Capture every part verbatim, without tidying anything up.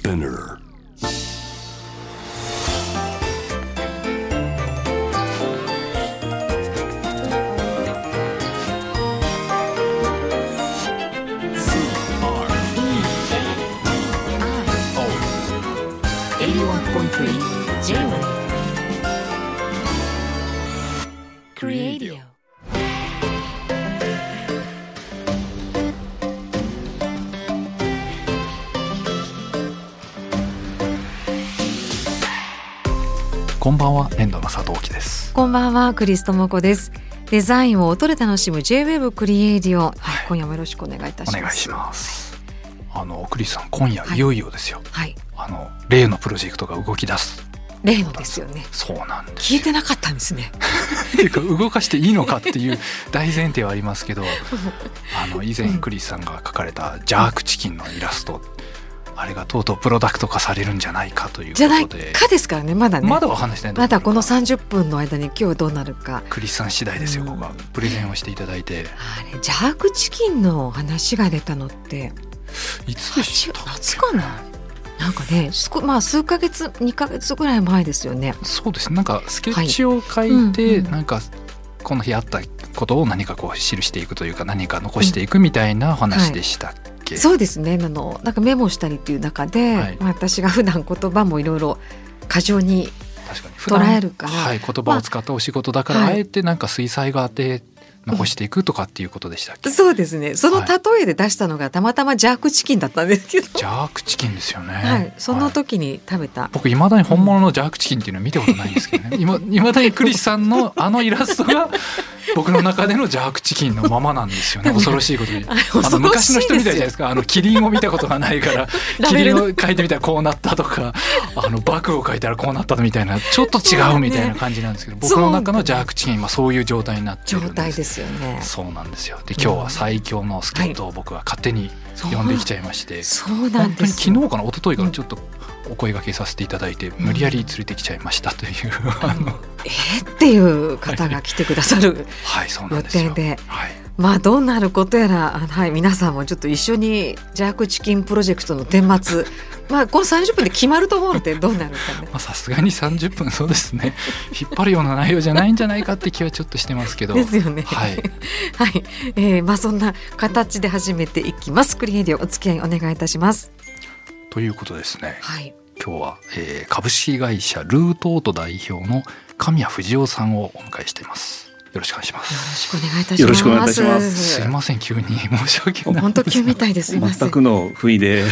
Spinner エイティワンポイントスリー J-Wave Creadio。 こんばんは、粘土の佐藤貴です。 こんばんは、クリストモコです。デザインを音で楽しむ J-Wave クリエイディオ、はい、今夜もよろしくお願いいたします。 お願いします。あのクリスさん、今夜いよいよですよ、 はい、 あの例のプロジェクトが動き出す。 例のですよね。 そうなんです。 聞いてなかったんですね。 っていうか動かしていいのかっていう大前提はありますけどあの以前クリスさんが描かれたジャークチキンのイラスト、あれがとうとうプロダクト化されるんじゃないかということで。 じゃないかですからね。まだねまだわかんないですね。 まだこのさんじゅっぷんの間に今日どうなるかクリスさん次第ですよ。ここはプレゼンをしていただいて、 あれジャークチキンの話が出たのっていつでしたっけ？ 夏かな。なんかね、まあ、数ヶ月にかげつぐらい前ですよね。 そうですね。なんかスケッチを書いて、はい、うんうん、なんかこの日あったことを何かこう記していくというか、何か残していくみたいな話でしたっけ？ うん、はい、そうですね。あのなんかメモしたりっていう中で、はい、まあ、私が普段言葉もいろいろ過剰に捉えるから、 はい、言葉を使ったお仕事だから、まあ、あえてなんか水彩画で残していくとかっていうことでしたっけ？ うん、そうですね。その例えで出したのがたまたまジャークチキンだったんですけど、 ジャークチキンですよね。 はい、その時に食べた、はい、 僕いまだに本物のジャークチキンっていうのは見たことないんですけどね。いまだにクリスさんのあのイラストが僕の中でのジャークチキンのままなんですよね。恐ろしいことに。あの昔の人みたいじゃないですか。あのキリンを見たことがないからキリンを描いてみたらこうなったとか、あのバクを描いたらこうなったみたいな、ちょっと違うみたいな感じなんですけど、ね、僕の中のジャークチキンはそういう状態になってるんです。 状態ですよね。 そうなんですよ。で今日は最強の助っ人を僕は勝手に呼んできちゃいまして、 そうなんです。 本当に昨日かな一昨日からちょっとお声掛けさせていただいて、うん、無理やり連れてきちゃいましたという、うん、あのえー、っていう方が来てくださる予定で、はい、まあどうなることやら、はい、皆さんもちょっと一緒にジャークチキンプロジェクトの顛末まあこのさんじゅっぷんで決まると思うのでどうなるかね。 さすがにさんじゅっぷん、そうですね、引っ張るような内容じゃないんじゃないかって気はちょっとしてますけど。 ですよね。 はい、 はい、えーまあ、そんな形で始めていきます。クリエイディオお付き合いお願いいたします。 ということですね、 はい、 今日は、えー、株式会社ルートート代表の神谷藤夫さんをお迎えしています。よろしくお願いします。 よろしくお願いいたします。 よろしくお願いいたします。 すいません、急に申し訳ない。 本当急みたいです。すいません。 全くの不意で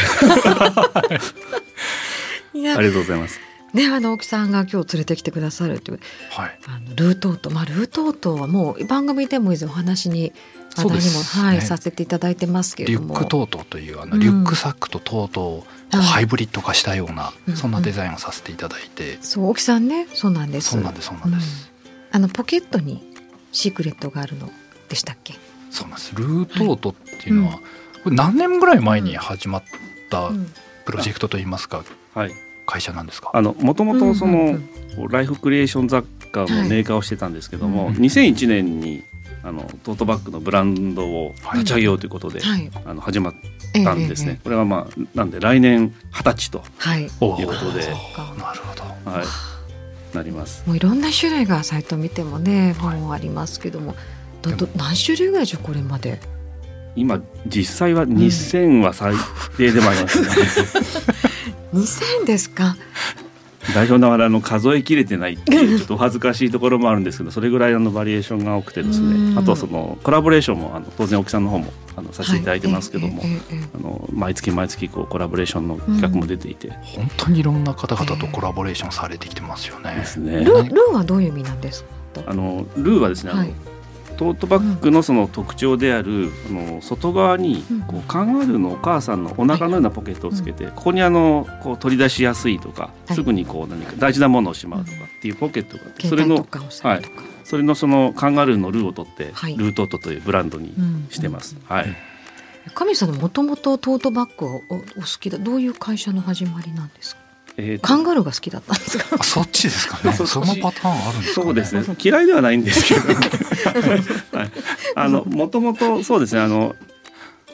いやありがとうございます。 ね、あの大木さんが今日連れてきてくださるという、はい、あのルートート、まあ、ルートートはもう番組でも以前お話に話題にも、はい、させていただいてますけれども、 リュックトートというあのリュックサックとトートをハイブリッド化したような、うん、そんなデザインをさせていただいて、うんうん、 そう大木さんね、そうなんです。 そうなんですそうなんです、 うん、あのポケットにシークレットがあるのでしたっけ？ そうなんです。ルートートっていうのは、はい、これ何年ぐらい前に始まったプロジェクトといいますか、 はい、 会社なんですか？ あのもともとその、うんうんうん、ライフクリエーション雑貨のメーカーをしてたんですけども、はい、にせんいちねんにあのトートバッグのブランドを立ち上げようということで、はい、あの始まったんですね、ええええ、これはまあなんで来年はたちということで、はい、 なるほど、 はい、なります。 もういろんな種類がサイト見てもね、はい、もうありますけども、どど何種類ぐらいでしょうこれまで。 今実際はにせんは最低でもありますね、 うん、にせんですか。 代表ながらの数えきれてないっていうちょっとお恥ずかしいところもあるんですけど、それぐらいのバリエーションが多くてですね、あとはそのコラボレーションもあの当然大木さんの方もあのさせていただいてますけども、はい、あの毎月毎月こうコラボレーションの企画も出ていて、うん、 本当にいろんな方々とコラボレーションされてきてますよね。 ですね。 ルー、ルーはどういう意味なんですか？ あのルーはですね、あの、はい、トートバッグのその特徴である、うん、あの外側にこうカンガルーのお母さんのお腹のようなポケットをつけて、はい、ここにあのこう取り出しやすいとか、はい、すぐにこう何か大事なものをしまうとかっていうポケットがあって、それの、はい、それのそのカンガルーのルーを取って、はい、ルートートというブランドにしてます、うんうん、はい。 神さんもともとトートバッグを お, お好きだ、どういう会社の始まりなんですか？えー、カンガルーが好きだったんですか？ あ、そっちですかね。そのパターンあるんですかね。 そうですね、嫌いではないんですけど、はい、あのもともとそうですね、あの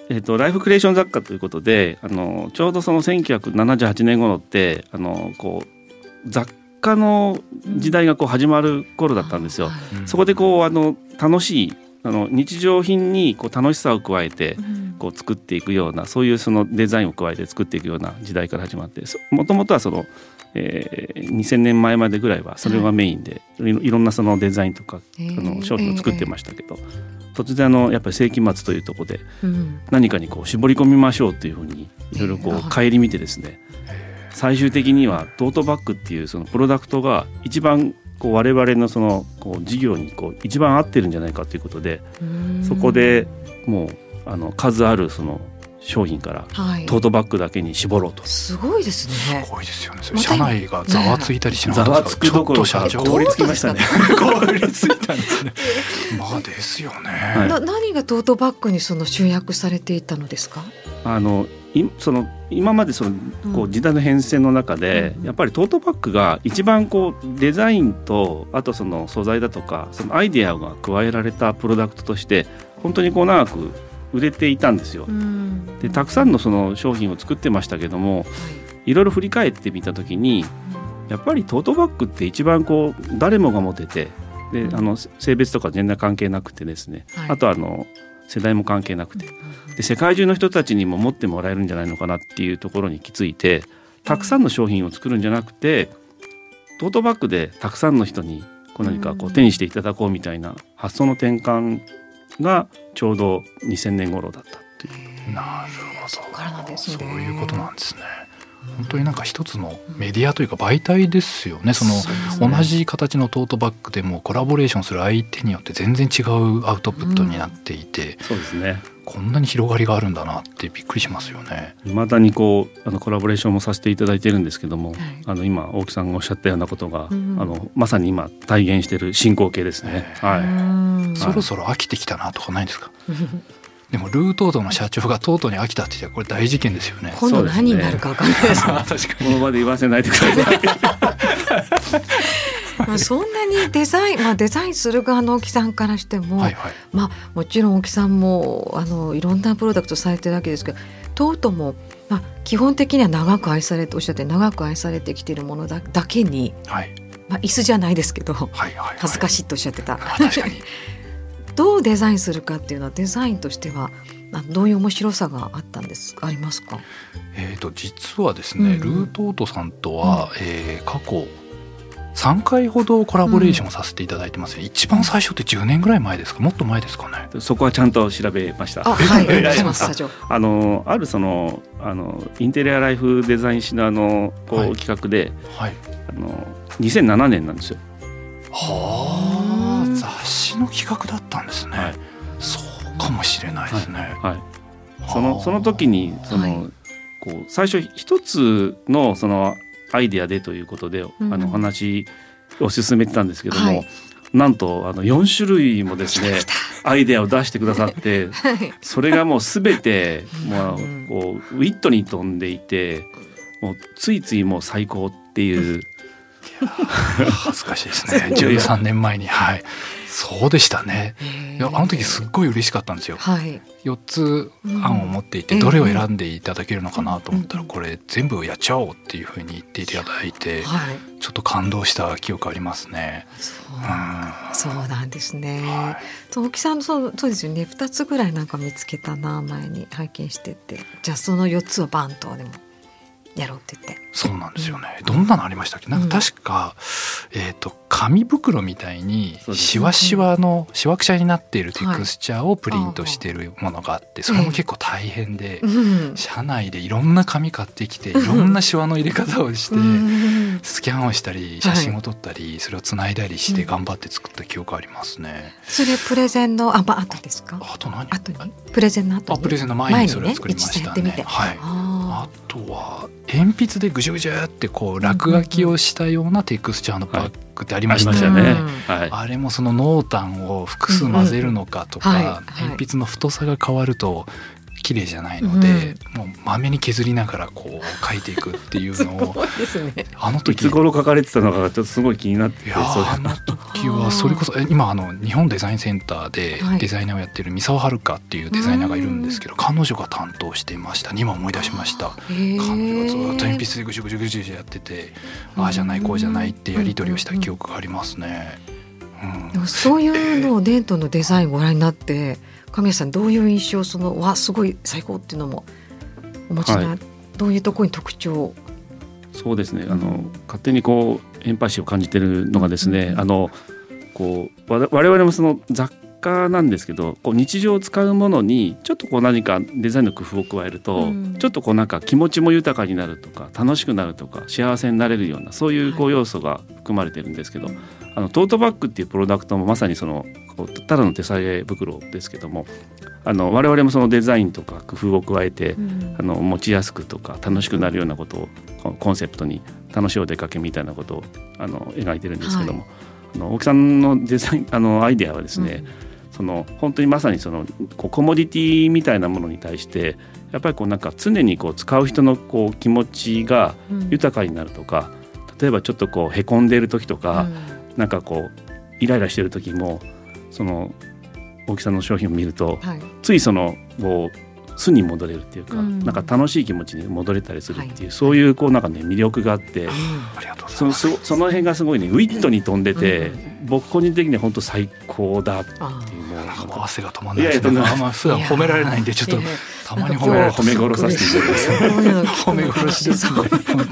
えー、とライフクリエーション雑貨ということで、あのちょうどそのせんきゅうひゃくななじゅうはちねん頃ってあのこう雑貨の時代がこう始まる頃だったんですよ、うん、そこでこうあの楽しいあの日常品にこう楽しさを加えてこう作っていくような、そういうそのデザインを加えて作っていくような時代から始まって、もともとはその、えー、にせんねんまえまでぐらいはそれがメインで、はい、いろんなそのデザインとかあの商品を作ってましたけど、突然あのやっぱり世紀末というところで何かにこう絞り込みましょうというふうにいろいろこう顧みてですね、最終的にはトートバッグっていうそのプロダクトが一番こう我々のそのこう事業にこう一番合ってるんじゃないかということで、そこでもうあの数あるその商品からトートバッグだけに絞ろうと、はい、 すごいですね。 すごいですよね。それ社内がざわついたりしなかったですか？ ざわつくどころか凍りつきましたね。 凍りついたんですね。まあですよね、 はい、な何がトートバッグにその集約されていたのですか？ あのいその今までそのこう時代の変遷の中で、うん、やっぱりトートバッグが一番こうデザインとあとその素材だとかそのアイデアが加えられたプロダクトとして本当にこう長く売れていたんですよ、うん、でたくさんのその商品を作ってましたけども、はい、いろいろ振り返ってみたときにやっぱりトートバッグって一番こう誰もが持ててで、うん、あの性別とか全然関係なくてですね、はい、あとあの世代も関係なくてで世界中の人たちにも持ってもらえるんじゃないのかなっていうところに気づいて、たくさんの商品を作るんじゃなくてトートバッグでたくさんの人にこう何かこう手にしていただこうみたいな発想の転換がちょうどにせんねん頃だったっていう。 なるほど、 そこからなんですね。 そういうことなんですね。本当になんか一つのメディアというか媒体ですよね。その同じ形のトートバッグでもコラボレーションする相手によって全然違うアウトプットになっていて、 うん、そうですね。 こんなに広がりがあるんだなってびっくりしますよね。 未だにこうあのコラボレーションもさせていただいてるんですけども、はい、あの今大木さんがおっしゃったようなことが、うん、あのまさに今体現している進行形ですね、 はい、そろそろ飽きてきたなとかないんですか？でもルートートの社長がトートに飽きたって言ったらこれ大事件ですよね。 今度何になるか分かんないですね。 確かにこの場で言わせないでください。 まあそんなにデザイン、まあ、デザインする側の大木さんからしても、はいはい、まあ、もちろん大木さんもあのいろんなプロダクトされてるわけですけど、トートも、まあ、基本的には長く愛されておっしゃって長く愛されてきているもの だ, だけに、はい、まあ、椅子じゃないですけど、はいはいはい、恥ずかしいとおっしゃってた。 確かにどうデザインするかっていうのはデザインとしてはどういう面白さがあったんですありますか？ えーと、実はですね、うん、ルートートさんとは、うん、えー、過去さんかいほどコラボレーションをさせていただいてます、うん、一番最初ってじゅうねんぐらい前ですか？もっと前ですかね？ そこはちゃんと調べました。 あ、はい、お願いします。 あのあるそのあのインテリアライフデザイン誌のあのこう、はい、企画で、はい、あのにせんななねんなんですよ。 はあ、雑誌の企画だったんですね、はい、そうかもしれないですね、はいはい、 その、その時にその、はい、こう最初一つのそのアイデアでということで、うん、あの話を進めてたんですけども、はい、なんとあのよん種類もですねアイデアを出してくださって、はい、それがもう全てもうこうウィットに飛んでいて、もうついついもう最高っていう恥ずかしいですね。じゅうさんねんまえに、はい、そうでしたね。いや、あの時すっごい嬉しかったんですよ、はい、よっつ案を持っていて、どれを選んでいただけるのかなと思ったら、これ全部やっちゃおうっていうふうに言っていただいて、はい、ちょっと感動した記憶ありますね。 そう、うん、そうなんですね、はい、大木さんそう、そうですよね。ふたつぐらいなんか見つけたな、前に拝見してて、じゃあそのよっつをバンとでもやろうって言って。 そうなんですよね、うん、どんなのありましたっけ？なんか確か、うん、えーと、紙袋みたいにシワシワのシワくしゃになっているテクスチャーをプリントしているものがあって、それも結構大変で、うん、社内でいろんな紙買ってきていろんなシワの入れ方をして、うん、スキャンをしたり写真を撮ったり、はい、それをつないだりして頑張って作った記憶ありますね、 うん、それプレゼンのあ、まあ、後ですか？ あと何？ 後にプレゼンの後に、 あ、プレゼンの前にそれを作りましたね。 ね、 はい、あとは鉛筆でぐじゅぐじゅってこう落書きをしたようなテクスチャーのバッグってありましたよね、はい、ありましたね、はい、あれもその濃淡を複数混ぜるのかとか、うんうん、はい、鉛筆の太さが変わると綺麗じゃないので、うん、もうまめに削りながらこう描いていくっていうのをすごいですね。 あの時いつ頃書かれてたのかちょっとすごい気になって、 いやあの時はそれこそ今あの日本デザインセンターでデザイナーをやっている三沢遥っていうデザイナーがいるんですけど、彼女が担当していました。今思い出しました。彼女がずっと鉛筆でぐしゅぐしゅぐしゅぐしゅやってて、ああじゃないこうじゃないってやり取りをした記憶がありますね。 うん、そういうのをデントのデザインをご覧になって神谷さんどういう印象、そのわすごい最高っていうのもお持ちな、はい、どういうところに特徴。 そうですね、あの勝手にこうエンパシーを感じているのがですね、うん、あのこう我々もその雑貨なんですけど、こう日常使うものにちょっとこう何かデザインの工夫を加えると、うん、ちょっとこうなんか気持ちも豊かになるとか楽しくなるとか幸せになれるようなそういうこう要素が含まれてるんですけど、はい、あのトートバッグっていうプロダクトもまさにそのこうただの手提げ袋ですけども、あの我々もそのデザインとか工夫を加えて、うん、あの持ちやすくとか楽しくなるようなことをコンセプトに楽しいお出かけみたいなことをあの描いてるんですけども、はい、あの大木さんのデザインあのアイデアはですね、うん、その本当にまさにそのこうコモディティみたいなものに対してやっぱりこうなんか常にこう使う人のこう気持ちが豊かになるとか、うん、例えばちょっとこうへこんでいる時とか、うん、なんかこうイライラしている時もその大木さんの商品を見ると、はい、ついそのこう素に戻れるっていうか、うん、なんか楽しい気持ちに戻れたりするっていう、はい、そういうこうなんかね魅力があって、うん、そのそその辺がすごいねウィットに飛んでて、うん、僕個人的には本当最高だっていうのをなんか汗が止まらないですね。あんま普段褒められないんでちょっとたまに褒められると褒め殺させていただきます褒め殺しですね。いやいやいや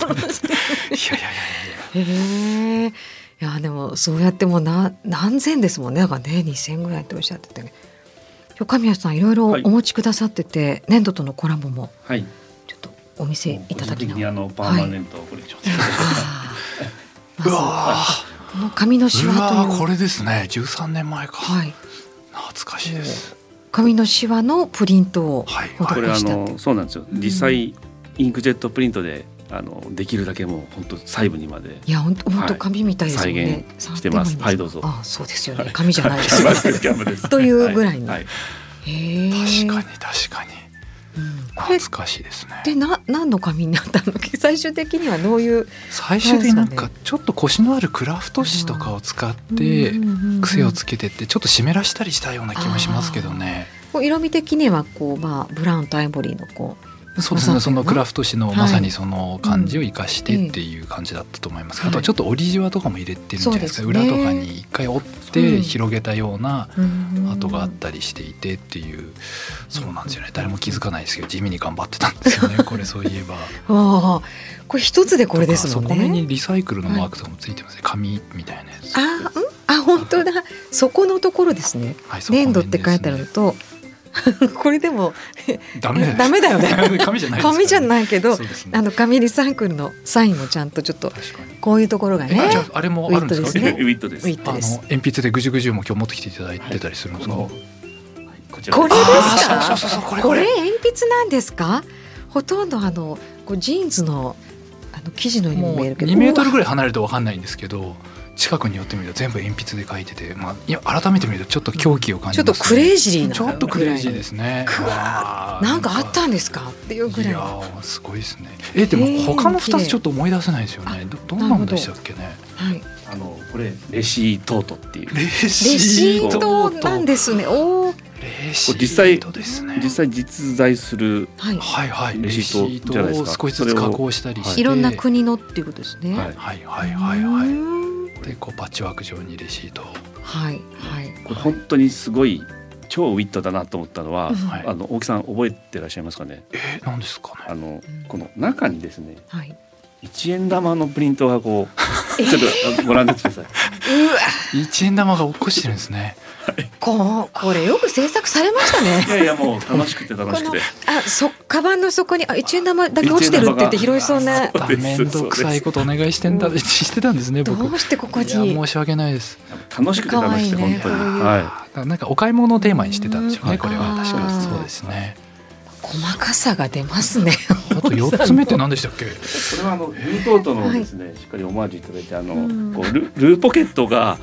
いやいやいやでもそうやってもうな何千ですもんね。だからねにせんぐらいっておっしゃっててね。神谷さんいろいろお持ちくださってて、はい、粘土とのコラボもちょっとお見せいただきながら、 あのパーマネントコレクションです、 はい、うわこの紙のシワという、 うわこれですねじゅうさんねんまえか、はい、懐かしいです。 紙のシワのプリントを施した、 はい、これあのそうなんですよ、実際インクジェットプリントであのできるだけもう本当細部にまでいや本当本当紙みたいですよね、 はい、再現してます。はいどうぞ。 あそうですよね、紙じゃないですよねというぐらいの、はいはい、 へ確かに確かに、うん、懐かしいですね。 でな何の紙になったの最終的にはどういう最終的になんかちょっとコシのあるクラフト紙とかを使って癖をつけてってちょっと湿らしたりしたような気もしますけどね。 こう色味的にはこう、まあ、ブラウンとアイボリーのこうそうですね、そのクラフト紙のまさにその感じを生かしてっていう感じだったと思います、はい、あとはちょっと折りじわとかも入れてるんじゃないですか、裏とかに一回折って広げたような跡があったりしていてっていう、そうなんですよね。誰も気づかないですけど地味に頑張ってたんですよねこれそういえばあこれ一つでこれですもんね。 底面にリサイクルのマークとかもついてますね、紙みたいなやつ。 あ、うん、あ本当だそこのところですね、はい、粘土って書いてあるのとこれでもダメだよ、 ダメだよね紙じゃないですからね、 紙じゃないけど、ね、あの紙リサイクルのサインもちゃんとちょっとこういうところがね。 じゃあ、あれもあるんですか。 ウィットです。 あの鉛筆でぐじゅぐじゅも今日持ってきていただいてたりするんですか、はい、 こちらこれですか。そうそうそうこれこれ鉛筆なんですか。ほとんどあのこうジーンズのあの生地のように見えるけどにメートルぐらい離れると分かんないんですけど近くに寄ってみると全部鉛筆で書いてて、まあ、いや改めて見るとちょっと狂気を感じます、ね、 ちょっとクレイジーなちょっとクレイジーですね。 なんかあったんですかっていうぐらい。いやすごいですね。えでも他のふたつちょっと思い出せないですよね。 ど, どんなんでしたっけね。 はい、 あのこれレシートートっていうレシートなんですね。おーレシートですね。 実際実在するはいはいレシートじゃないですか。 少しずつ加工したりして、 いろんな国のっていうことですね。 はいはいはいはいはい。でこうパッチワーク状にレシートをはいはいこれ本当にすごい超ウィットだなと思ったのは、 はい、 あの大木さん覚えてらっしゃいますかね。 えー、何ですかね。 あのこの中にですね、 はい、 いちえん玉のプリントがこうちょっとご覧になってください。 うわいちえん玉が落っこしてるんですね。 こ, これよく制作されましたね。 いやいやもう楽しくて楽しくてあそカバンの底にあいちえん玉だけ落ちてるって言って拾いそうなめんどくさいことお願いしてんだしてたんですね。僕どうしてここに。いや申し訳ないです。 楽しくて楽しくて本当に、 はい、なんかお買い物をテーマにしてたんでしょうね。これは確かにそうですね。 細かさが出ますね。 あとよっつめって何でしたっけ。これはあのルートートのですね、はい、しっかりオマージュいただいてあの、うん、こう ル, ルーポケットが、うん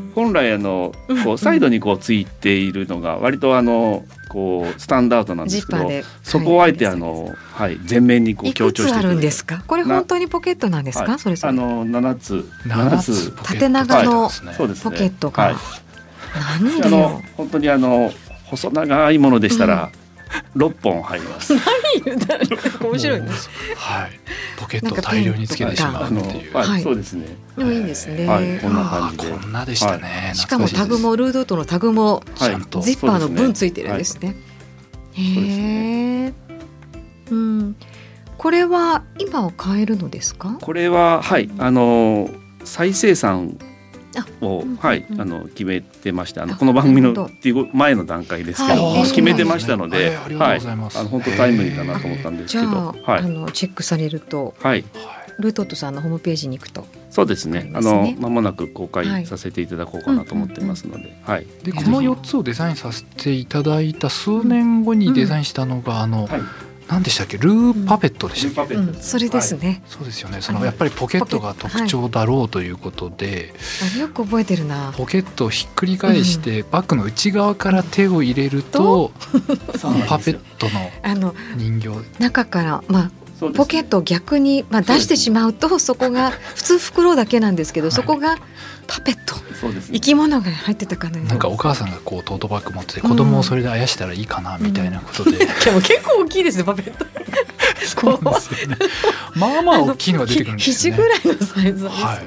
本来あのこうサイドにこうついているのが割とあのこうスタンダードなんですけど、そこをあえてあの、はい、前面にこう強調していく。 いくつあるんですか？これ本当にポケットなんですか？はい、それぞれあのななつななつ縦長のポケットが、はい、何でよ本当にあの細長いものでしたら、うん、ろっぽん入ります。 何言うんだろう、面白いです。 はい、ポケットを大量につけてしまうっていう。 はい、そうですね。 でもいいですね。 はい、こんな感じで。 こんなでしたね。 はい、しかもタグもルードートのタグも、はい、ジッパーの分ついてるんですね。はい、へえ。うん。これは今は買えるのですか？ これははいあの再生産を、うんはいうん、あの決めてまして、あのこの番組のっていう前の段階ですけど、はい、決めてましたので、はい、あの本当タイムリーだなと思ったんですけど、 じゃあ、はい、あのチェックされると、はい、ルートットさんのホームページに行くと、 そうですね。あの間もなく公開させていただこうかなと思ってますので、はい。 でこのよっつをデザインさせていただいた数年後にデザインしたのが、うん、あの。はい、何でしたっけ、ルーパペットでしたっけ、 うんうん、それですね、はい、 そうですよね。そのやっぱりポケットが特徴だろうということで、 はい、よく覚えてるな。 ポケットをひっくり返して、うん、バッグの内側から手を入れると、うん、パペットの人形中からまあポケットを逆に、まあ、出してしまうと、そこが普通袋だけなんですけど、はい、そこがパペット、ね、生き物が入ってたかのような。 なんかお母さんがこうトートバッグ持ってて、子供をそれであやしたらいいかなみたいなことで、うんうん、 でも結構大きいですねパペット。 そうなんですよね。まあまあ大きいのが出てくるんですよね。 肘ぐらいのサイズです。はい、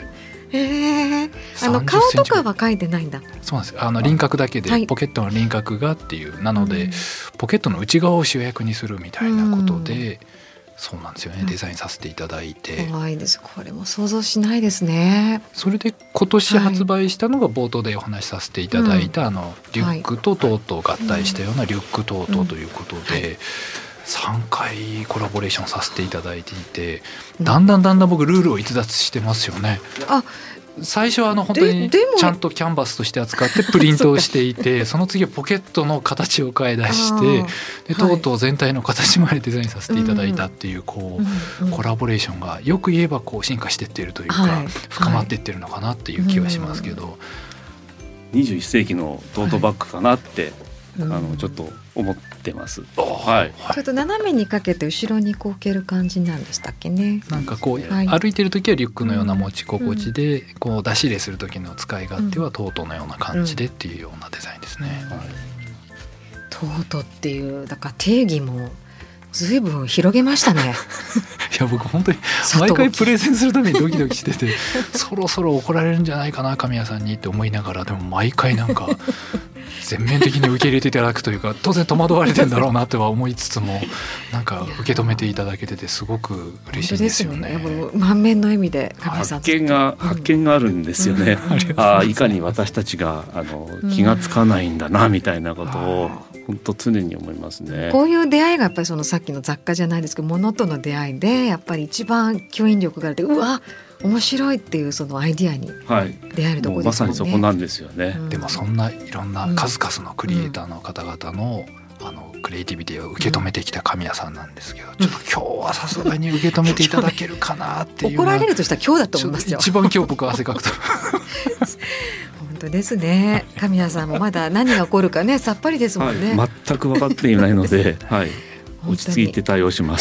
へえ。あの顔とかは書いてないんだ。 そうなんです。あの輪郭だけで、はい、ポケットの輪郭がっていう、なので、うん、ポケットの内側を主役にするみたいなことで、うん、そうなんですよね。デザインさせていただいて、 可愛いです。これも想像しないですね。 それで今年発売したのが冒頭でお話しさせていただいた、はい、あのリュックとトートを合体したようなリュックトートということで、うんうん、さんかいコラボレーションさせていただいていて、だんだんだんだん僕ルールを逸脱してますよね。あ、最初はあの本当にちゃんとキャンバスとして扱ってプリントをしていてその次はポケットの形を変え出してでとうとう全体の形までデザインさせていただいたっていうこうコラボレーションがよく言えばこう進化していっているというか深まっていってるのかなっていう気はしますけど、 にじゅういっせいきのトートバッグかなってあのちょっと思ってます。はい、 ちょっと斜めにかけて後ろにこうける感じなんでしたっけね。 なんかこう、はい、歩いてる時はリュックのような持ち心地で、うん、こう出し入れする時の使い勝手はトートのような感じでっていうようなデザインですね。うんうん、はい、 トートっていうだから定義もずいぶん広げましたね。 いや僕本当に毎回プレゼンするためにドキドキしててそろそろ怒られるんじゃないかな神谷さんにって思いながら、でも毎回なんか全面的に受け入れていただくというか、当然戸惑われてんだろうなとは思いつつもなんか受け止めていただけててすごく嬉しいですよね。 本当ですね。満面の笑みで神谷さん発見が、うん、発見があるんですよね。うん、あいかに私たちがあの気がつかないんだなみたいなことを本当常に思いますね。 こういう出会いがやっぱりそのさっきの雑貨じゃないですけど物との出会いでやっぱり一番吸引力があって、うわ面白いっていうそのアイディアに出会えるところですもんね。はい、 まさにそこなんですよね。 うん、でもそんないろんな数々のクリエイターの方々の、うん、あのクリエイティビティを受け止めてきた神谷さんなんですけど、うん、ちょっと今日はさすがに受け止めていただけるかなっていう怒られるとしたら今日だと思いますよ。 一番今日僕汗かくと本当ですね。神谷さんもまだ何が起こるかねさっぱりですもんね。 はい、全く分かっていないので、はい、落ち着いて対応します。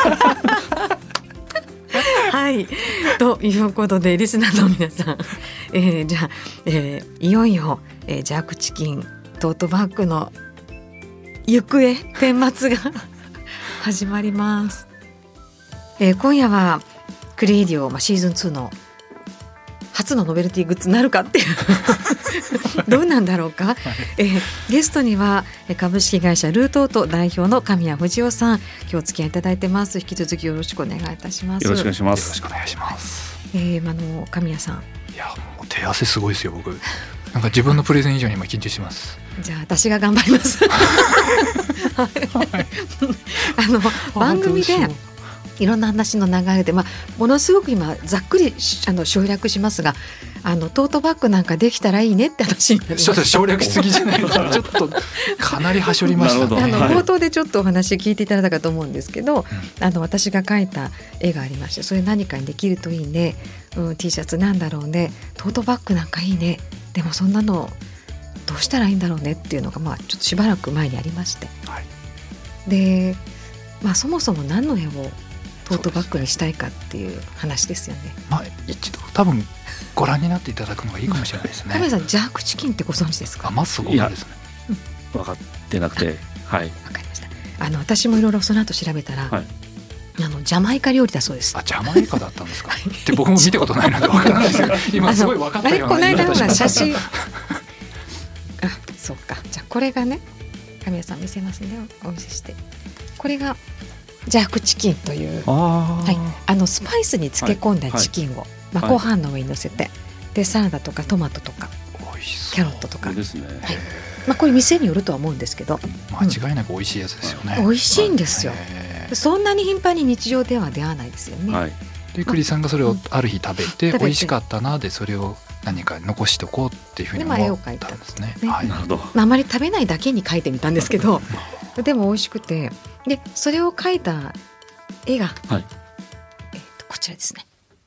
はい、ということでリスナーの皆さん、えー、じゃあ、えー、いよいよ、えー、ジャークチキントートバッグの行方顛末が始まります。えー、今夜はクリエイディオ、まあ、シーズンツーの初のノベルティグッズになるかっていうどうなんだろうか、はい、えー、ゲストには株式会社ルートート代表の神谷藤夫さん、今日お付き合いいただいてます。引き続きよろしくお願いいたします。 よろしくお願いします。 よろしくお願いします。 えー、あの神谷さん、 いやもう手汗すごいですよ僕。なんか自分のプレゼン以上に今緊張してます。 じゃあ私が頑張ります。はい、あの番組でいろんな話の流れで、まあ、ものすごく今ざっくりあの省略しますが、あのトートバッグなんかできたらいいねって話になりました。 ちょっと省略しすぎじゃないですか。ちょっとかなりはしょりましたね。 あの冒頭でちょっとお話聞いていただいたかと思うんですけど、うん、あの私が描いた絵がありまして、それ何かにできるといいね、うん、T シャツなんだろうね、トートバッグなんかいいねっでもそんなのどうしたらいいんだろうねっていうのがまあちょっとしばらく前にありまして、 はい、 で、まあ、そもそも何の絵をトートバッグにしたいかっていう話ですよね。 まあ、一度多分ご覧になっていただくのがいいかもしれないですね。 亀井さんジャークチキンってご存知ですか？ あ、まずそこがですね、 分かってなくて、はい、 分かりました。あの私もいろいろその後調べたら、はい、あのジャマイカ料理だそうです。 あ、ジャマイカだったんですかって僕も見たことないので分からないですけど今すごい分かったようなこの間の写真あ、そうか。じゃあこれがね、神谷さん見せますね。お見せして、これがジャークチキンという、あ、はい、あのスパイスに漬け込んだチキンを、はい、まあ、ご飯の上に乗せて、はい、でサラダとかトマトとかキャロットとかですね、 はい、まあ、これ店によるとは思うんですけど、 間違いなく美味しいやつですよね、 うん、美味しいんですよ。そんなに頻繁に日常では出会わないですよね、はい、 でクリさんがそれをある日食べて、うん、美味しかったなでそれを何か残しておこうっていうふうに思ったんですね。 あまり食べないだけに描いてみたんですけどでも美味しくて、でそれを描いた絵が、はい、えー、とこちらですね。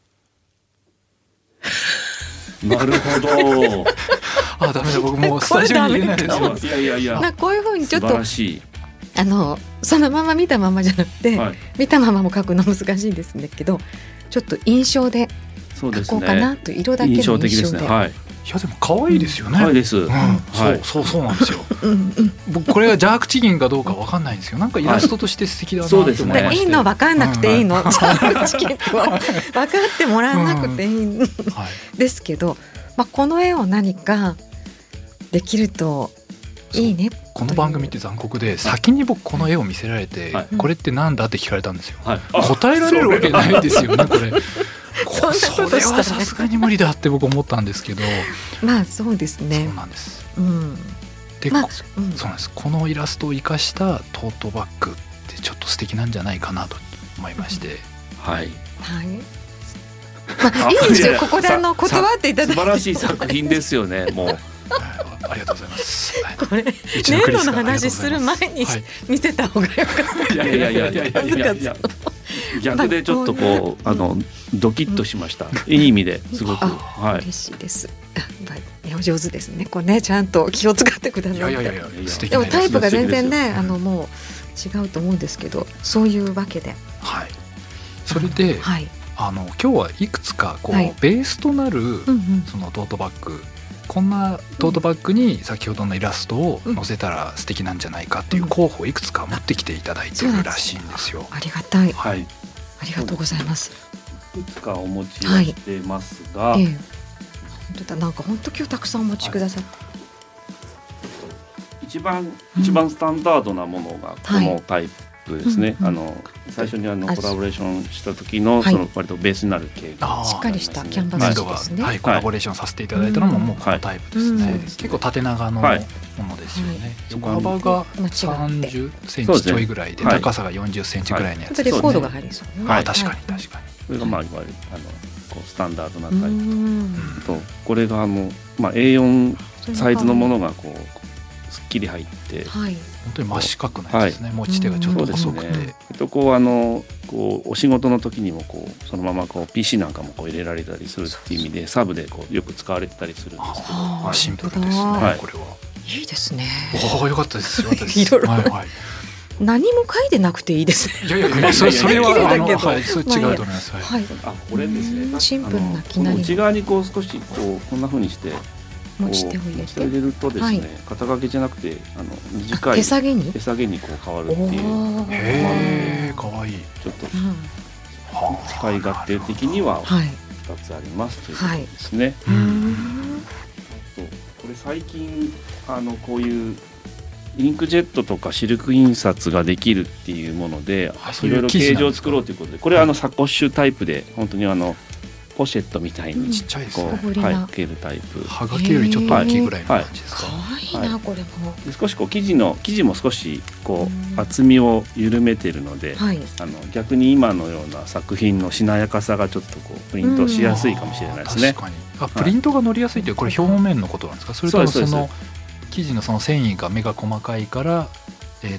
なるほどあ、ダメだ、僕もうスタジオに入れないですよ。いやいやいや、 なこういう風にちょっと素晴らしい、 あのそのまま見たままじゃなくて、はい、見たままも描くの難しいんですけど、ちょっと印象で描こうかなと、色だけの印象で、印象的ですね、はい、 いやでも可愛いですよね。 可愛いです、うん、 はい、そうそうそうなんですようんうん、僕これがジャークチキンかどうか分かんないんですよ。なんかイラストとして素敵だなと思いまして、はい、 いいの分かんなくていいの、うん、ジャークチキンって分かってもらわなくていいんですけど、まあ、この絵を何かできるといいね。 この番組って残酷で、先に僕この絵を見せられて、はい、これってなんだって聞かれたんですよ、はい、答えられるわけないですよねこれこそれはさすがに無理だって僕思ったんですけどまあそうですね。 そうなんです、うん、で、まあうん、そうなんです。このイラストを生かしたトートバッグってちょっと素敵なんじゃないかなと思いまして、うん、はい、 はい、まあ、いいんですよここであの断っていただいて。 素晴らしい作品ですよねもうありがとうございます。 これ粘土の話する前に見せた方がよかった。 いやいやいやいやいやいやいや逆でちょっとこうあのドキッとしました。いい意味ですごく、はい、 嬉しいです。お上手ですね。これねちゃんと気を使ってくださって。いやいやいやでもタイプが全然ねあのもう違うと思うんですけど、そういうわけで。 はい。それで、はい、あの今日はいくつかこう、はい、ベースとなる、うんうん、そのトートバッグ。こんなトートバッグに先ほどのイラストを載せたら素敵なんじゃないかっていう候補をいくつか持ってきていただいてるらしいんですよ。 ありがたい、はい、ありがとうございます。 いくつかお持ちはしてますが、はい、ええ、 本当だ、なんか本当今日たくさんお持ちくださって、はい、 一番一番スタンダードなものがこのタイプですね、はい、あの最初にあのコラボレーションした時のその割とベースになる系が、 しっかりしたキャンバスですね、 はい、コラボレーションさせていただいたのももうこのタイプですね、はい、結構縦長のものですよね、はい、横幅がさんじゅっセンチちょいぐらいで、ね、高さがよんじゅっセンチぐらいのやつですね、 レコードが入りそうね、 はい、確かに確かに、 それがまあいわゆるあのこうスタンダードなタイプと、これがあの、まあ、エーよん サイズのものがこうすっきり入って、はい、 本当に真四角なやつですね、はい、持ち手がちょっと細くて、ね、 えっと、こうあのこうお仕事の時にもこうそのままこう ピーシー なんかもこう入れられたりするっていう意味でサブでこうよく使われてたりするんですけど、 あ、シンプルですね、はい、これはいいですね。 おお、よかったですよかったです。 いろいろ、はいはい、何も書いてなくていいですね。 いやいやいや、それ、それはあの、はい、それ違うと思います。 はい、あ、これですね。 シンプルなきなり。 内側にこう少しこうこんな風にして持ち手を入れて、 持ち手を入れるとですね、はい、肩掛けじゃなくてあの短い手下げに手下げにこう変わるっていう。 へえ、可愛い。 ちょっと、うん、使い勝手的にはふたつありますということですね。はい、うん、そう、これ最近あのこういうインクジェットとかシルク印刷ができるっていうもので、いろいろ形状を作ろうということで、これはあのサコッシュタイプで本当にあのポシェットみたいにちっちゃいですね、 こう、はい、けるタイプ。 はがけよりちょっと大きいぐらいの感じですか。 可愛いな、これも。 少しこう生地の生地も少しこう厚みを緩めてるので、はい、あの逆に今のような作品のしなやかさがちょっとこうプリントしやすいかもしれないですね。 確かに。あ、プリントが乗りやすいというこれ表面のことなんですか。それともその生地のその繊維が目が細かいから、えーと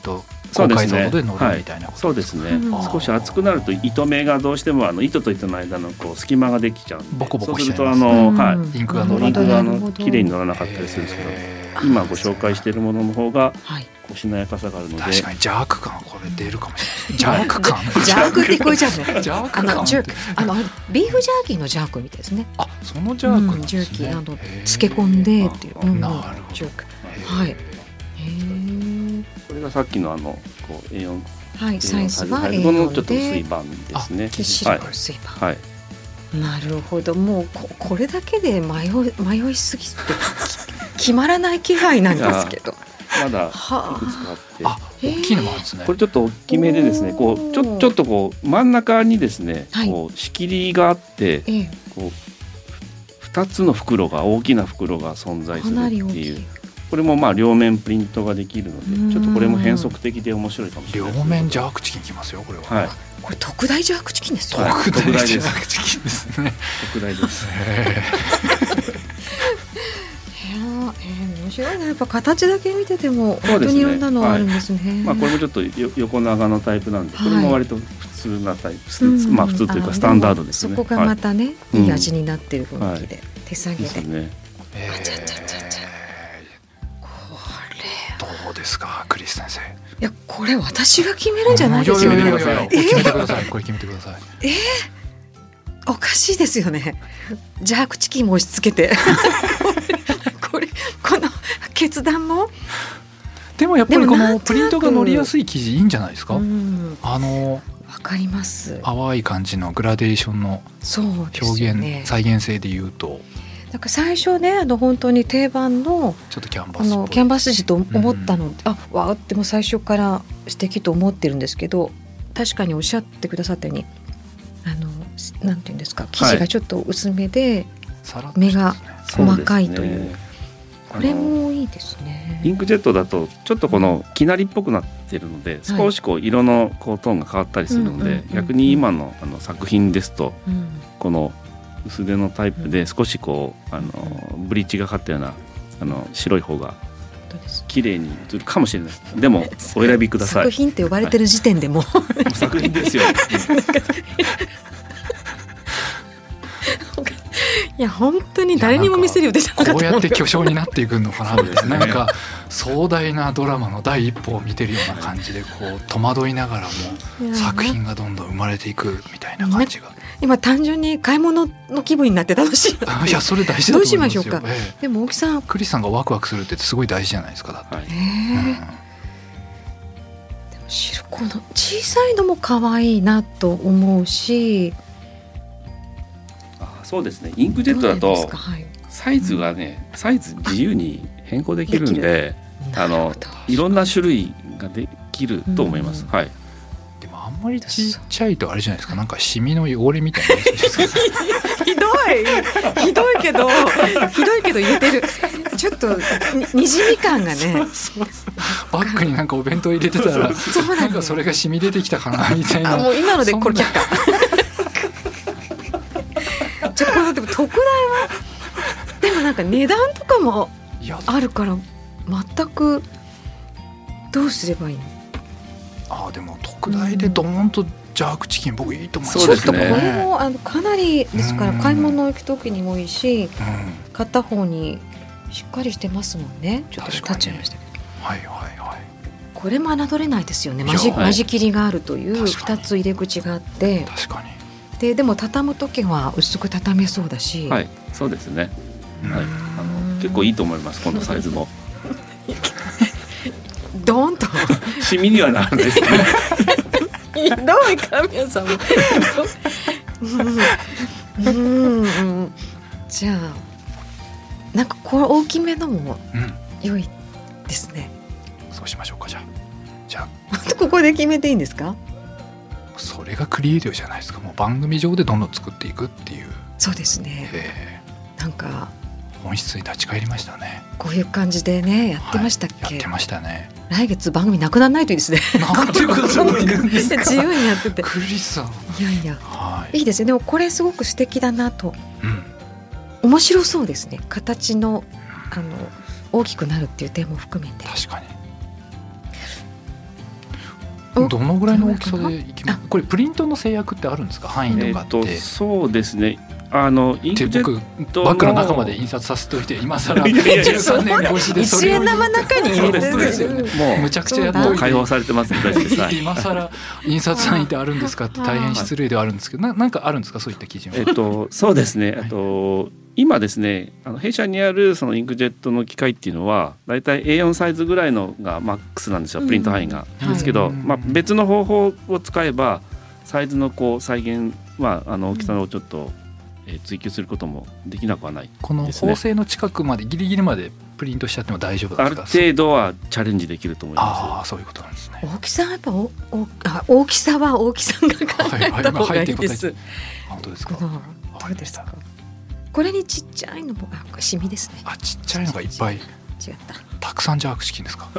高解像度で乗るみたいなことそうですね、はい、そうですね、うん、少し厚くなると糸目がどうしてもあの糸と糸の間のこう隙間ができちゃうんで、 ボコボコそうすしちゃいます、 るとあの、 うん、 はい、 インクが乗らインクがあのな綺麗に乗らなかったりするんですけど、今ご紹介しているものの方がこうしなやかさがあるので、 確かに邪悪感これ出るかもしれない邪悪感邪悪ってこえちゃうね邪悪感あのジャーあのビーフジャーキーのジャークみたいですね。 あ、そのジャークなんですね、 うん、ジャーキーあの漬け込んでっていう、うん、 なるほどジャーク、はい、へー、 これがさっきのあのこう エーよん、 はい、サイズは エーこよんのちょっと薄い版ですね。 で白が薄い版、 はいはい、 なるほど。もう こ, これだけで迷い、迷いすぎて決まらない気配なんですけどまだいくつかあって、 あ、大きいのもあるんですね。 これちょっと大きめでですね、こうちょちょっとこう真ん中にですね、 はい、 こう仕切りがあって、ええ、こうふたつの袋が大きな袋が存在するっていう。これもまあ両面プリントができるので、ちょっとこれも変則的で面白いかもしれない。 両面ジャークチキンきますよこれは。 はい。 これ特大ジャークチキンですよ。 特大ジャークチキンですね。 特大です。 面白いな、やっぱ形だけ見てても本当にいろんなのあるんですね。 はい、まあこれもちょっとよ横長のタイプなんで、これも割と普通なタイプ、はい、まあ普通というかスタンダードですね。 そこがまたね、はい、いい味になってる雰囲気で、うん、手作業で。ですね。 えー、あちゃちゃちゃちゃ。これどうですかクリス先生。いやこれ私が決めるんじゃないですよね。 決めてください。決めてください。これ決めてください。 えー、おかしいですよね。ジャークチキンも押し付けて。これこの決断もでもやっぱりこのプリントが乗りやすい生地いいんじゃないですか。 うん、 あのわかります。 淡い感じのグラデーションの表現、ね、再現性でいうとなんか最初ねあの本当に定番のちょっとキャンバスあのキャンバス地と思ったの、うん、あわーっても最初から素敵と思ってるんですけど、確かにおっしゃってくださったようにあのなんていうんですか生地がちょっと薄めで、はい、目が細かいという。これもいいですね。 インクジェットだとちょっとこのきなりっぽくなってるので、少しこう色のこうトーンが変わったりするので、逆に今のあの作品ですと、うん、この薄手のタイプで少しこうあのブリッジがかったようなあの白い方が綺麗に映るかもしれないです。でもお選びください。 作品って呼ばれてる時点でも、はい、 作品ですよ。 いや本当に誰にも見せる予定じゃなかった。 こうやって巨匠になっていくのかなってなんか壮大なドラマの第一歩を見てるような感じでこう戸惑いながらも作品がどんどん生まれていくみたいな感じが。 今単純に買い物の気分になって楽しい。 いやそれ大事だと思いますよ。 どうしましょうか。ええ、でも大木さんクリスさんがワクワクするってすごい大事じゃないですか。だって、はい、うん、 でも白この小さいのも可愛いなと思うし。 そうですね、インクジェットだとサイズがね、サイズ自由に変更できるんで、あのいろんな種類ができると思います。はい。 でもあんまりちっちゃいとあれじゃないですか、なんかシミの汚れみたいなやつですか。 ひどいひどいけどひどいけど入れてる。ちょっとにじみ感がね。そうそうそうバッグになんかお弁当入れてたらなんかそれがシミ出てきたかなみたいな。 あもう今のでこれ却下。じゃあこのでも特大はでもなんか値段とかもあるから全くどうすればいいの。 ああでも特大でドーンとジャークチキン僕いいと思います。 そうですね。 ちょっとこれもあのかなりですから買い物行く時にもいいし、うん、片方にしっかりしてますもんね。ちょっと立っちゃいましたけど。 はいはいはい。 これ侮れないですよね。間仕間仕切りがあるというふたつ入れ口があって。 確かに。 で, でも畳む時は薄く畳めそうだし、 はい、そうですね、はい、あの結構いいと思います。このサイズもドーンとシミにはなるんですけどひどい神谷さんもうん、うん、じゃあなんかこれ大きめのも良いですね、 うん、そうしましょうか。じゃあじゃあここで決めていいんですか。 それがクリエイティブじゃないですか。もう番組上でどんどん作っていくっていう。 そうですね、えー、なんか本質に立ち返りましたね。 こういう感じでねやってましたっけ、 はい、やってましたね。 来月番組なくならないといいですね。 なんてことを言うんですか。 自由にやっててクリスさんいやいや、はい、いいですね。でもこれすごく素敵だなと、うん、面白そうですね。形の、あの大きくなるっていう点も含めて。 確かにどのぐらいの大きさでいきます？これプリントの制約ってあるんですか？範囲とかって、えー、とそうですね、あのインクジェットのバッグの中まで印刷させておいて今更じゅうさんねん越しでそれを一円玉中に入れてるんですよね。 もうむちゃくちゃやっといてもう解放されてますね。大丈夫です。 今更印刷範囲ってあるんですかって大変失礼ではあるんですけど、な, なんかあるんですかそういった基準は？ えっとそうですね、あと今ですね、あの弊社にあるそのインクジェットの機械っていうのはだいたいエーよん サイズぐらいのがマックスなんですよ、プリント範囲が、うん、ですけど、はい、まあ、別の方法を使えばサイズのこう再現、まあ、あの大きさをちょっと、うんえー、追求することもできなくはないですね。 この縫製の近くまでギリギリまでプリントしちゃっても大丈夫ですか？ ある程度はチャレンジできると思います。 ああ、そういうことなんですね。 大きさはやっぱおおあ大きさは大きさが考えた方がいいです。 本当ですか？ どうですか？これにちっちゃいのもあシミですね。 あ、ちっちゃいのがいっぱい。違った。 たくさんジャークチキンですか？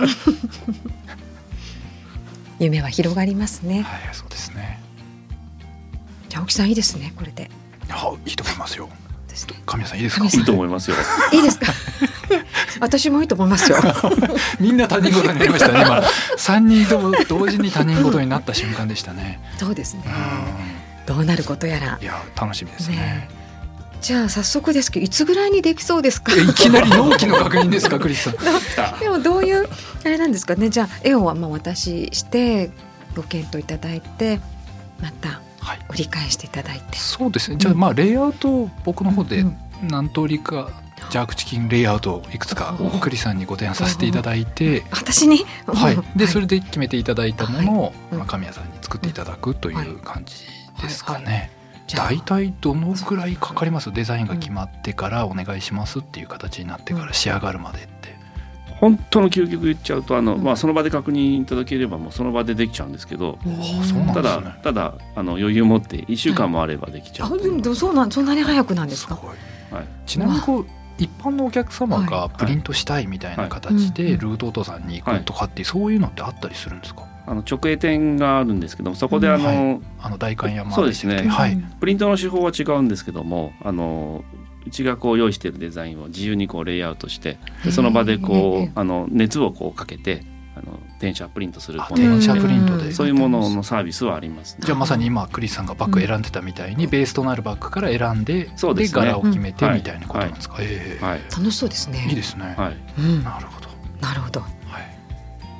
夢は広がりますね。 はい、そうですね。 じゃあ青木さんいいですね、これで。 はいいと思いますよ。 ですね。 神谷さんいいですか？ いいと思いますよ。 いいですか？私もいいと思いますよ。 みんな他人事になりましたね。今さんにんとも同時に他人事になった瞬間でしたね。 そうですね。どうなることやら。 いや楽しみですね。ね、 じゃあ早速ですけどいつぐらいにできそうですか？ いきなり納期の確認ですか、クリスさん。でもどういうあれなんですかね。じゃあ絵をまあお渡ししてご検討いただいてまた折り返していただいて、はい、 そうですね。じゃあまあレイアウトを僕の方で何通りかジャークチキンレイアウトをいくつかクリさんにご提案させていただいて、 私に、 はい、でそれで決めていただいたものを、はい、まあ、神谷さんに作っていただくという感じですかね。だいたいどのぐらいかかります？デザインが決まってからお願いしますっていう形になってから仕上がるまでって。 本当の究極言っちゃうとあの、うん、まあ、その場で確認いただければもうその場でできちゃうんですけど、ただただあの余裕を持っていっしゅうかんもあればできちゃう、はい、 あでもそうなんそんなに早くなんですか？ すごい、はい、ちなみにこう一般のお客様がプリントしたいみたいな形でルートオートさんに行くとかってそういうのってあったりするんですか？ あの直営店があるんですけどそこであの、うんはい、 あの代官山そうですね、 はい、 プリントの手法は違うんですけどもあのうちがこう用意しているデザインを自由にこうレイアウトしてでその場でこうあの熱をこうかけてあの転写プリントするもの転写プリントでそういうもののサービスはあります、ね、 じゃあまさに今クリスさんがバッグ選んでたみたいに、うん、ベースとなるバッグから選んで、そうですね、で柄を決めてみたいなことなんですか？ はいえーはい、 楽しそうですね。 いいですね、 はいうん、 なるほどなるほど、はい、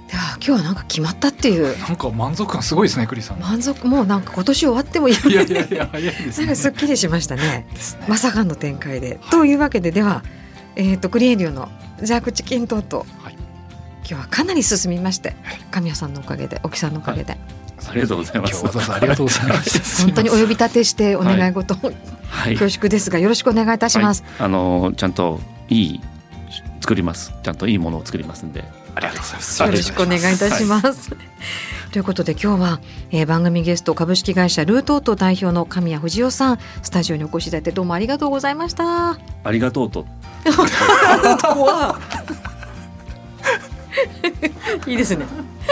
では今日はなんか決まったっていうなんか満足感すごいですねクリスさん。 満足もうなんか今年終わってもいいいやいやいや早いですね。 なんかすっきりしました ね, ねまさかの展開で、はい、というわけででは、えー、とクリエリオのジャークチキントート、はい、今日はかなり進みまして、はい、神谷さんのおかげで沖さんのおかげで、はい、 ありがとうございます。 今日はありがとうございました本当にお呼び立てしてお願い事を、はい、恐縮ですがよろしくお願いいたします、 はい、あのちゃんといい作りますちゃんといいものを作りますんでありがとうございます。 よろしくお願いいたします、はい、ということで今日は、えー、番組ゲスト株式会社ルートオート代表の神谷藤夫さんスタジオにお越しいただいてどうもありがとうございました。 ありがとうといいですね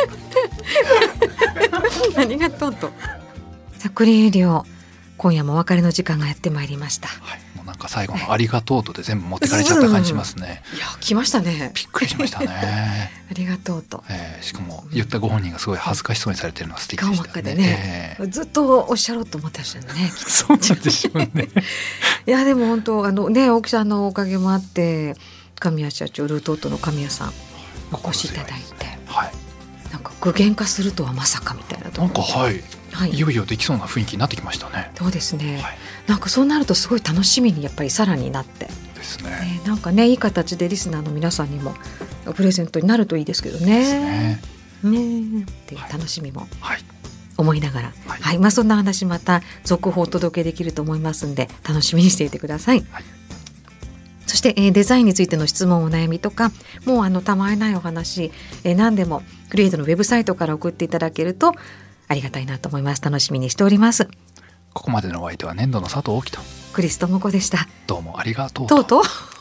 ありがとうとさクリエリオ今夜もお別れの時間がやってまいりました、 はい、もうなんか最後のありがとうとで全部持ってかれちゃった感じしますね。 いや来ましたね。 びっくりしましたねありがとうと、 えー、しかも言ったご本人がすごい恥ずかしそうにされてるのは素敵でしたね。 顔真っ赤でね、えー、ずっとおっしゃろうと思ってましたねそうなんでしょうねいやでも本当あのね大木さんのおかげもあって神谷社長ルートオートの神谷さんお越しいただいて、 はい、 なんか具現化するとはまさかみたいなところなんかはい、はい、いよいよできそうな雰囲気になってきましたね。 そうですね、 はい、 なんかそうなるとすごい楽しみにやっぱりさらになってですね、 ね、なんかねいい形でリスナーの皆さんにもプレゼントになるといいですけどね。 ですね。 ねっていう楽しみもはい思いながら、はいはいまあ、そんな話また続報をお届けできると思いますんで楽しみにしていてください、はい、そして、えー、デザインについての質問お悩みとかもうあのたまえないお話、えー、何でもクリエイトのウェブサイトから送っていただけるとありがたいなと思います。楽しみにしております。 ここまでのお相手は粘土の佐藤大樹とクリス智子でした。 どうもありがとうとうとう